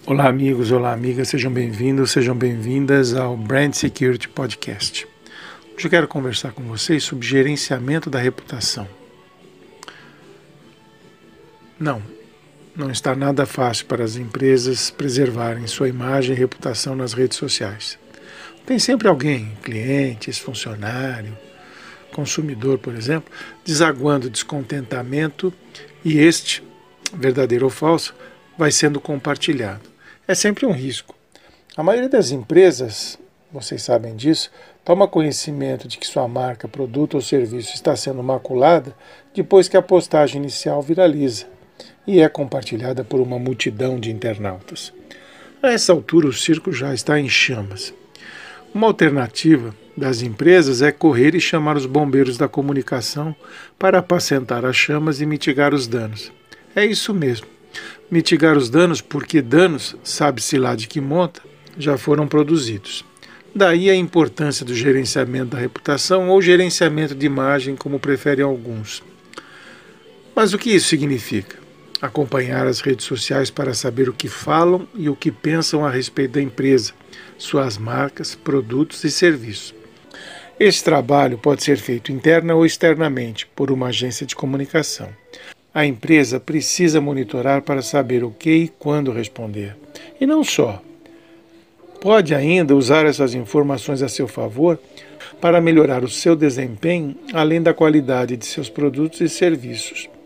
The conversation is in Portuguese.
Olá amigos, olá amigas, sejam bem-vindos, sejam bem-vindas ao Brand Security Podcast. Hoje eu quero conversar com vocês sobre gerenciamento da reputação. Não está nada fácil para as empresas preservarem sua imagem e reputação nas redes sociais. Tem sempre alguém, cliente, funcionário, consumidor, por exemplo, desaguando descontentamento e este, verdadeiro ou falso, vai sendo compartilhado. É sempre um risco. A maioria das empresas, vocês sabem disso, toma conhecimento de que sua marca, produto ou serviço está sendo maculada depois que a postagem inicial viraliza e é compartilhada por uma multidão de internautas. A essa altura o circo já está em chamas. Uma alternativa das empresas é correr e chamar os bombeiros da comunicação para apacentar as chamas e mitigar os danos. É isso mesmo. Mitigar os danos porque danos, sabe-se lá de que monta, já foram produzidos. Daí a importância do gerenciamento da reputação ou gerenciamento de imagem, como preferem alguns. Mas o que isso significa? Acompanhar as redes sociais para saber o que falam e o que pensam a respeito da empresa, suas marcas, produtos e serviços. Esse trabalho pode ser feito interna ou externamente por uma agência de comunicação. A empresa precisa monitorar para saber o que e quando responder. E não só. Pode ainda usar essas informações a seu favor para melhorar o seu desempenho, além da qualidade de seus produtos e serviços.